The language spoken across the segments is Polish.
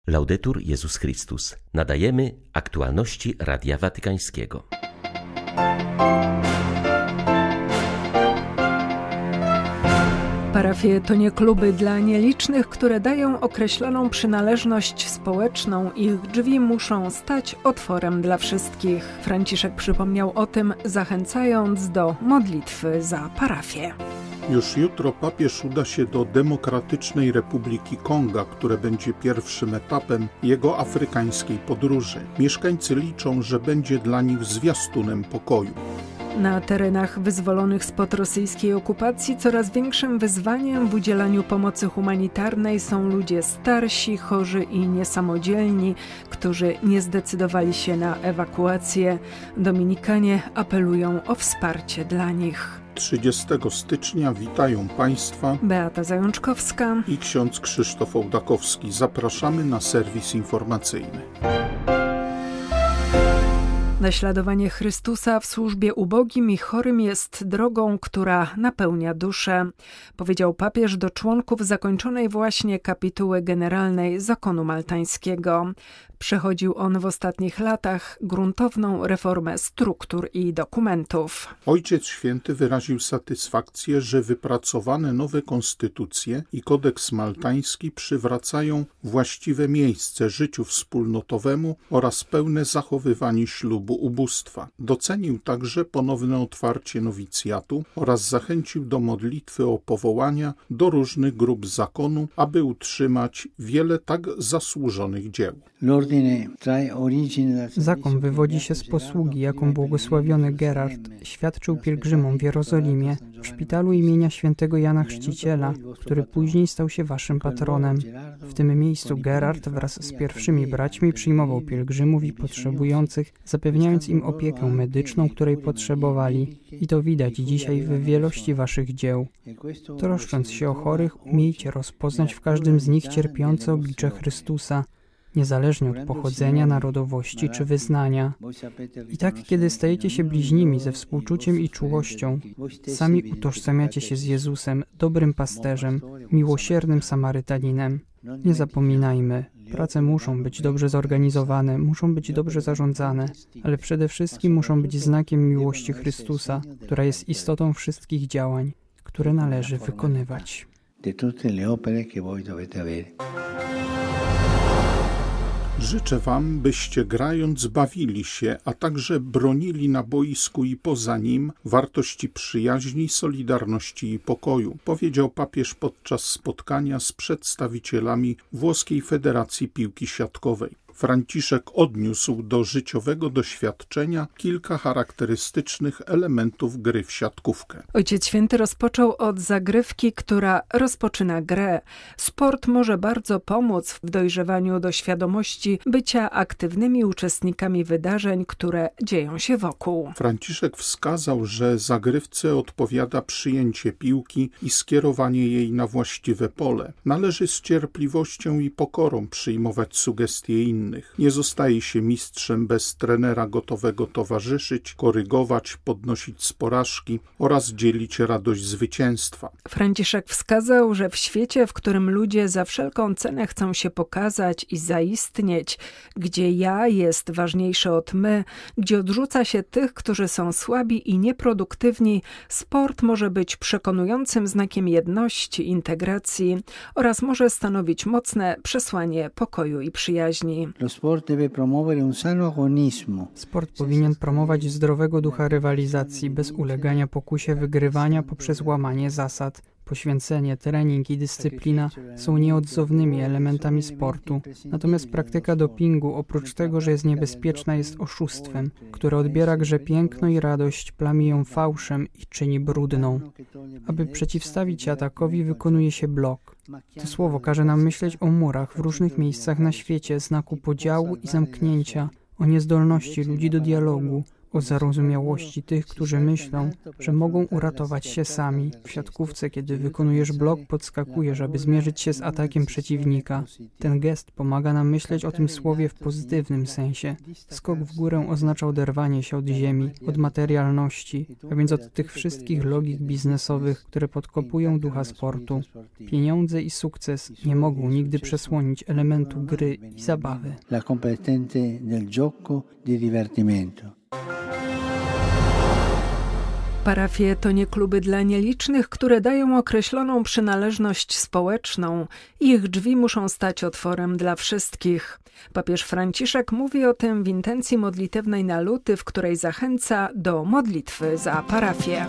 Laudetur Jezus Chrystus. Nadajemy aktualności Radia Watykańskiego. Parafie to nie kluby dla nielicznych, które dają określoną przynależność społeczną. Ich drzwi muszą stać otworem dla wszystkich. Franciszek przypomniał o tym, zachęcając do modlitwy za parafię. Już jutro papież uda się do Demokratycznej Republiki Konga, które będzie pierwszym etapem jego afrykańskiej podróży. Mieszkańcy liczą, że będzie dla nich zwiastunem pokoju. Na terenach wyzwolonych spod rosyjskiej okupacji coraz większym wyzwaniem w udzielaniu pomocy humanitarnej są ludzie starsi, chorzy i niesamodzielni, którzy nie zdecydowali się na ewakuację. Dominikanie apelują o wsparcie dla nich. 30 stycznia witają Państwa Beata Zajączkowska i ksiądz Krzysztof Ołdakowski. Zapraszamy na serwis informacyjny. Naśladowanie Chrystusa w służbie ubogim i chorym jest drogą, która napełnia duszę, powiedział papież do członków zakończonej właśnie kapituły generalnej zakonu maltańskiego. Przechodził on w ostatnich latach gruntowną reformę struktur i dokumentów. Ojciec Święty wyraził satysfakcję, że wypracowane nowe konstytucje i kodeks maltański przywracają właściwe miejsce życiu wspólnotowemu oraz pełne zachowywanie ślubu ubóstwa. Docenił także ponowne otwarcie nowicjatu oraz zachęcił do modlitwy o powołania do różnych grup zakonu, aby utrzymać wiele tak zasłużonych dzieł. Zakon wywodzi się z posługi, jaką błogosławiony Gerard świadczył pielgrzymom w Jerozolimie w szpitalu imienia świętego Jana Chrzciciela, który później stał się waszym patronem. W tym miejscu Gerard wraz z pierwszymi braćmi przyjmował pielgrzymów i potrzebujących, zapewniając im opiekę medyczną, której potrzebowali. I to widać dzisiaj w wielości waszych dzieł. Troszcząc się o chorych, umiejcie rozpoznać w każdym z nich cierpiące oblicze Chrystusa, niezależnie od pochodzenia, narodowości czy wyznania. I tak, kiedy stajecie się bliźnimi ze współczuciem i czułością, sami utożsamiacie się z Jezusem, dobrym pasterzem, miłosiernym Samarytaninem. Nie zapominajmy, prace muszą być dobrze zorganizowane, muszą być dobrze zarządzane, ale przede wszystkim muszą być znakiem miłości Chrystusa, która jest istotą wszystkich działań, które należy wykonywać. Życzę wam, byście grając bawili się, a także bronili na boisku i poza nim wartości przyjaźni, solidarności i pokoju, powiedział papież podczas spotkania z przedstawicielami Włoskiej Federacji Piłki Siatkowej. Franciszek odniósł do życiowego doświadczenia kilka charakterystycznych elementów gry w siatkówkę. Ojciec Święty rozpoczął od zagrywki, która rozpoczyna grę. Sport może bardzo pomóc w dojrzewaniu do świadomości bycia aktywnymi uczestnikami wydarzeń, które dzieją się wokół. Franciszek wskazał, że zagrywce odpowiada przyjęcie piłki i skierowanie jej na właściwe pole. Należy z cierpliwością i pokorą przyjmować sugestie innych. Nie zostaje się mistrzem bez trenera gotowego towarzyszyć, korygować, podnosić z porażki oraz dzielić radość zwycięstwa. Franciszek wskazał, że w świecie, w którym ludzie za wszelką cenę chcą się pokazać i zaistnieć, gdzie ja jest ważniejsze od my, gdzie odrzuca się tych, którzy są słabi i nieproduktywni, sport może być przekonującym znakiem jedności, integracji oraz może stanowić mocne przesłanie pokoju i przyjaźni. Sport powinien promować zdrowego ducha rywalizacji bez ulegania pokusie wygrywania poprzez łamanie zasad. Poświęcenie, trening i dyscyplina są nieodzownymi elementami sportu. Natomiast praktyka dopingu, oprócz tego, że jest niebezpieczna, jest oszustwem, które odbiera grze piękno i radość, plami ją fałszem i czyni brudną. Aby przeciwstawić się atakowi, wykonuje się blok. To słowo każe nam myśleć o murach w różnych miejscach na świecie, znaku podziału i zamknięcia, o niezdolności ludzi do dialogu, o zarozumiałości tych, którzy myślą, że mogą uratować się sami. W siatkówce, kiedy wykonujesz blok, podskakujesz, aby zmierzyć się z atakiem przeciwnika. Ten gest pomaga nam myśleć o tym słowie w pozytywnym sensie. Skok w górę oznacza oderwanie się od ziemi, od materialności, a więc od tych wszystkich logik biznesowych, które podkopują ducha sportu. Pieniądze i sukces nie mogą nigdy przesłonić elementu gry i zabawy. La competente del gioco di divertimento. Parafie to nie kluby dla nielicznych, które dają określoną przynależność społeczną. Ich drzwi muszą stać otworem dla wszystkich. Papież Franciszek mówi o tym w intencji modlitewnej na luty, w której zachęca do modlitwy za parafię.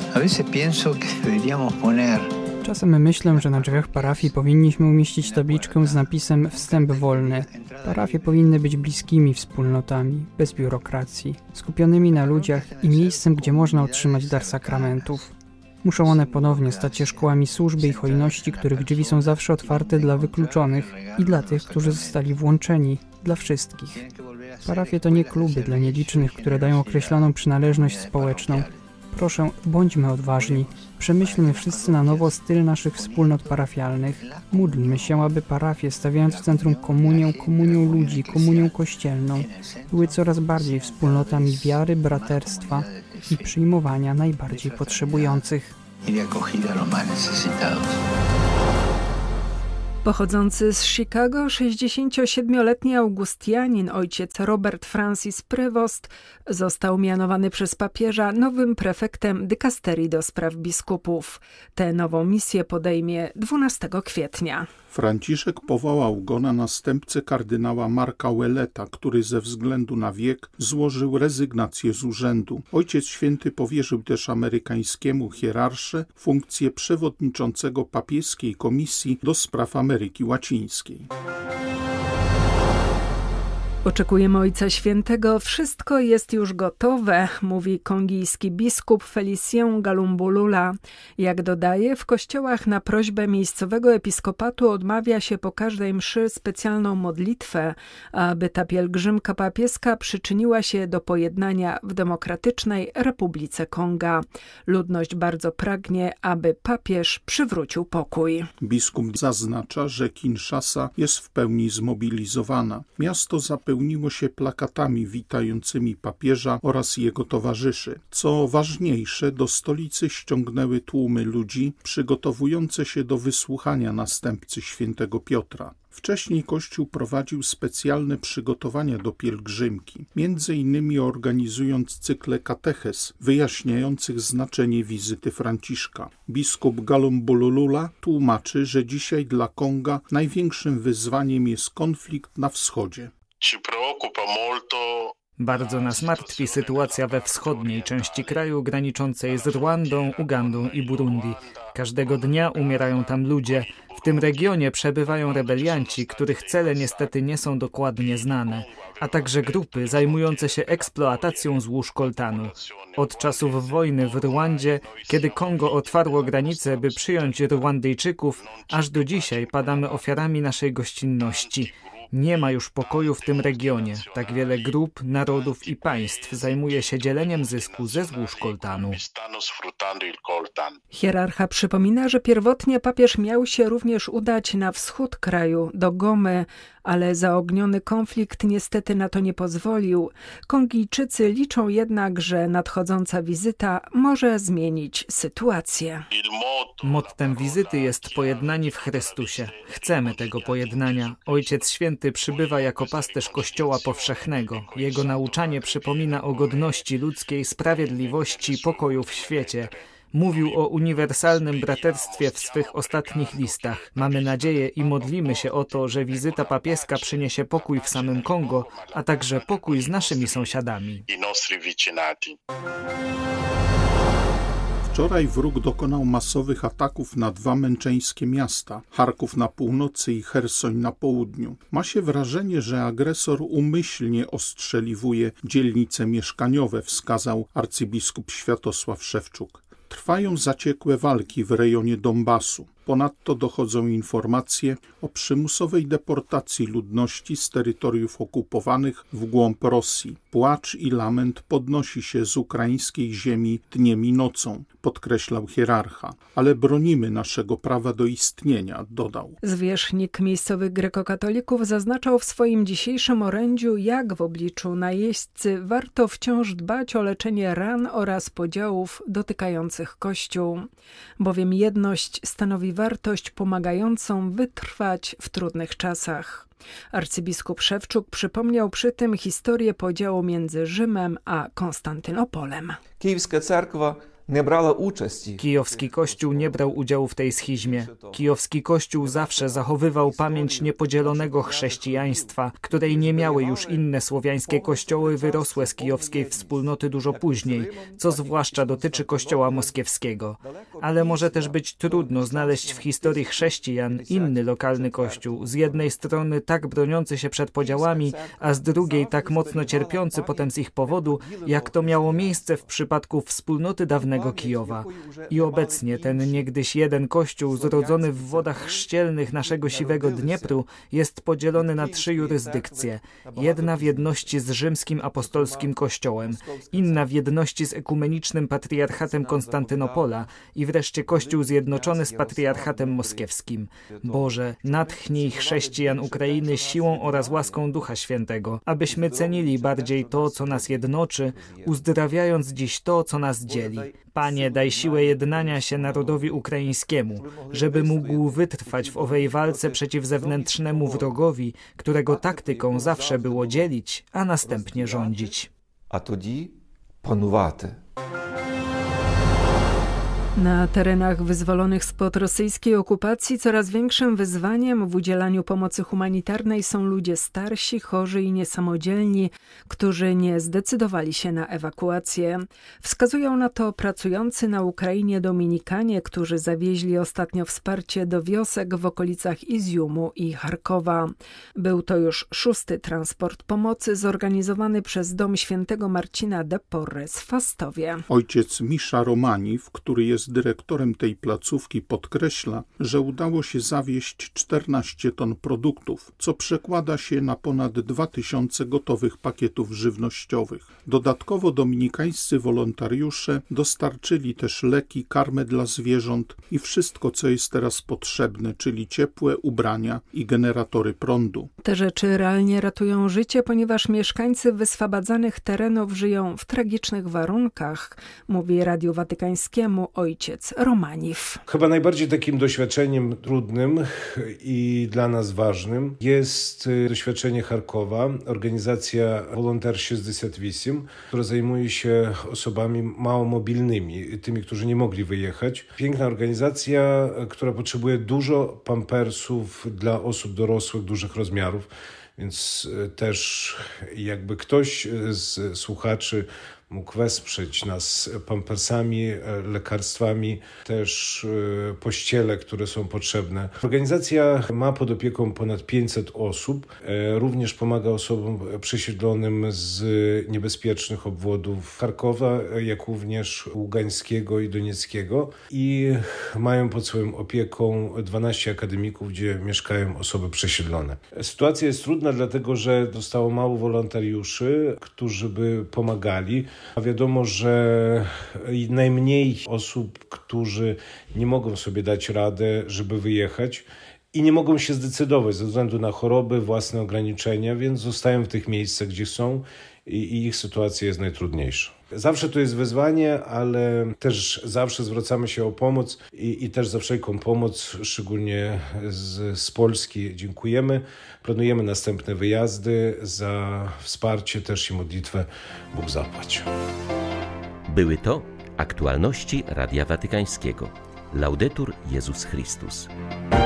Czasem myślę, że na drzwiach parafii powinniśmy umieścić tabliczkę z napisem „Wstęp wolny”. Parafie powinny być bliskimi wspólnotami, bez biurokracji, skupionymi na ludziach i miejscem, gdzie można otrzymać dar sakramentów. Muszą one ponownie stać się szkołami służby i hojności, których drzwi są zawsze otwarte dla wykluczonych i dla tych, którzy zostali włączeni, dla wszystkich. Parafie to nie kluby dla nielicznych, które dają określoną przynależność społeczną. Proszę, bądźmy odważni. Przemyślmy wszyscy na nowo styl naszych wspólnot parafialnych. Módlmy się, aby parafie, stawiając w centrum komunię ludzi, komunię kościelną, były coraz bardziej wspólnotami wiary, braterstwa i przyjmowania najbardziej potrzebujących. Pochodzący z Chicago, 67-letni augustianin, ojciec Robert Francis Prevost, został mianowany przez papieża nowym prefektem dykasterii do spraw biskupów. Tę nową misję podejmie 12 kwietnia. Franciszek powołał go na następcę kardynała Marka Ouelleta, który ze względu na wiek złożył rezygnację z urzędu. Ojciec Święty powierzył też amerykańskiemu hierarsze funkcję przewodniczącego papieskiej komisji do spraw Ameryki Łacińskiej. Oczekujemy Ojca Świętego, wszystko jest już gotowe, mówi kongijski biskup Felicien Galumbulula. Jak dodaje, w kościołach na prośbę miejscowego episkopatu odmawia się po każdej mszy specjalną modlitwę, aby ta pielgrzymka papieska przyczyniła się do pojednania w demokratycznej Republice Konga. Ludność bardzo pragnie, aby papież przywrócił pokój. Biskup zaznacza, że Kinshasa jest w pełni zmobilizowana. Miasto zapełniło się plakatami witającymi papieża oraz jego towarzyszy. Co ważniejsze, do stolicy ściągnęły tłumy ludzi przygotowujące się do wysłuchania następcy świętego Piotra. Wcześniej Kościół prowadził specjalne przygotowania do pielgrzymki, między innymi organizując cykle katechez wyjaśniających znaczenie wizyty Franciszka. Biskup Galumbulula tłumaczy, że dzisiaj dla Konga największym wyzwaniem jest konflikt na wschodzie. Bardzo nas martwi sytuacja we wschodniej części kraju graniczącej z Rwandą, Ugandą i Burundi. Każdego dnia umierają tam ludzie. W tym regionie przebywają rebelianci, których cele niestety nie są dokładnie znane, a także grupy zajmujące się eksploatacją złóż koltanu. Od czasów wojny w Rwandzie, kiedy Kongo otwarło granice, by przyjąć Rwandyjczyków, aż do dzisiaj padamy ofiarami naszej gościnności. Nie ma już pokoju w tym regionie. Tak wiele grup, narodów i państw zajmuje się dzieleniem zysku ze złóż koltanu. Hierarcha przypomina, że pierwotnie papież miał się również udać na wschód kraju, do Gomy, ale zaogniony konflikt niestety na to nie pozwolił. Kongijczycy liczą jednak, że nadchodząca wizyta może zmienić sytuację. Mottem wizyty jest pojednanie w Chrystusie. Chcemy tego pojednania. Ojciec Święty przybywa jako pasterz Kościoła powszechnego. Jego nauczanie przypomina o godności ludzkiej, sprawiedliwości, pokoju w świecie. Mówił o uniwersalnym braterstwie w swych ostatnich listach. Mamy nadzieję i modlimy się o to, że wizyta papieska przyniesie pokój w samym Kongo, a także pokój z naszymi sąsiadami. Wczoraj wróg dokonał masowych ataków na dwa męczeńskie miasta, Charków na północy i Chersoń na południu. Ma się wrażenie, że agresor umyślnie ostrzeliwuje dzielnice mieszkaniowe, wskazał arcybiskup Światosław Szewczuk. Trwają zaciekłe walki w rejonie Donbasu. Ponadto dochodzą informacje o przymusowej deportacji ludności z terytoriów okupowanych w głąb Rosji. Płacz i lament podnosi się z ukraińskiej ziemi dniem i nocą, podkreślał hierarcha. Ale bronimy naszego prawa do istnienia, dodał. Zwierzchnik miejscowych grekokatolików zaznaczał w swoim dzisiejszym orędziu, jak w obliczu najeźdźcy warto wciąż dbać o leczenie ran oraz podziałów dotykających Kościół, bowiem jedność stanowi wartość pomagającą wytrwać w trudnych czasach. Arcybiskup Szewczuk przypomniał przy tym historię podziału między Rzymem a Konstantynopolem. Kijowska cerkwa nie brała uczestni. Kijowski Kościół nie brał udziału w tej schizmie. Kijowski Kościół zawsze zachowywał pamięć niepodzielonego chrześcijaństwa, której nie miały już inne słowiańskie kościoły wyrosłe z kijowskiej wspólnoty dużo później, co zwłaszcza dotyczy Kościoła moskiewskiego. Ale może też być trudno znaleźć w historii chrześcijan inny lokalny kościół, z jednej strony tak broniący się przed podziałami, a z drugiej tak mocno cierpiący potem z ich powodu, jak to miało miejsce w przypadku wspólnoty dawnego Kijowa. I obecnie ten niegdyś jeden kościół zrodzony w wodach chrzcielnych naszego siwego Dniepru jest podzielony na 3 jurysdykcje. Jedna w jedności z rzymskim apostolskim kościołem, inna w jedności z ekumenicznym patriarchatem Konstantynopola i wreszcie kościół zjednoczony z patriarchatem moskiewskim. Boże, natchnij chrześcijan Ukrainy siłą oraz łaską Ducha Świętego, abyśmy cenili bardziej to, co nas jednoczy, uzdrawiając dziś to, co nas dzieli. Panie, daj siłę jednania się narodowi ukraińskiemu, żeby mógł wytrwać w owej walce przeciw zewnętrznemu wrogowi, którego taktyką zawsze było dzielić, a następnie rządzić. A тоді панувати. Na terenach wyzwolonych spod rosyjskiej okupacji coraz większym wyzwaniem w udzielaniu pomocy humanitarnej są ludzie starsi, chorzy i niesamodzielni, którzy nie zdecydowali się na ewakuację. Wskazują na to pracujący na Ukrainie Dominikanie, którzy zawieźli ostatnio wsparcie do wiosek w okolicach Izjumu i Charkowa. Był to już 6. transport pomocy zorganizowany przez Dom Świętego Marcina de Porres w Fastowie. Ojciec Misza Romaniw, który jest dyrektorem tej placówki, podkreśla, że udało się zawieźć 14 ton produktów, co przekłada się na ponad 2000 gotowych pakietów żywnościowych. Dodatkowo dominikańscy wolontariusze dostarczyli też leki, karmę dla zwierząt i wszystko, co jest teraz potrzebne, czyli ciepłe ubrania i generatory prądu. Te rzeczy realnie ratują życie, ponieważ mieszkańcy wyswobadzanych terenów żyją w tragicznych warunkach, mówi Radiu Watykańskiemu ojciec Romaniw. Chyba najbardziej takim doświadczeniem trudnym i dla nas ważnym jest doświadczenie Charkowa, organizacja Volonter 68, która zajmuje się osobami małomobilnymi, tymi, którzy nie mogli wyjechać. Piękna organizacja, która potrzebuje dużo pampersów dla osób dorosłych, dużych rozmiarów, więc też jakby ktoś z słuchaczy mógł wesprzeć nas pampersami, lekarstwami, też pościele, które są potrzebne. Organizacja ma pod opieką ponad 500 osób. Również pomaga osobom przesiedlonym z niebezpiecznych obwodów Charkowa, jak również Ługańskiego i Donieckiego. I mają pod swoją opieką 12 akademików, gdzie mieszkają osoby przesiedlone. Sytuacja jest trudna, dlatego że zostało mało wolontariuszy, którzy by pomagali. A wiadomo, że najmniej osób, którzy nie mogą sobie dać radę, żeby wyjechać i nie mogą się zdecydować ze względu na choroby, własne ograniczenia, więc zostają w tych miejscach, gdzie są i ich sytuacja jest najtrudniejsza. Zawsze to jest wyzwanie, ale też zawsze zwracamy się o pomoc i też za wszelką pomoc, szczególnie z Polski dziękujemy. Planujemy następne wyjazdy, za wsparcie też i modlitwę Bóg zapłać. Były to aktualności Radia Watykańskiego. Laudetur Jezus Chrystus.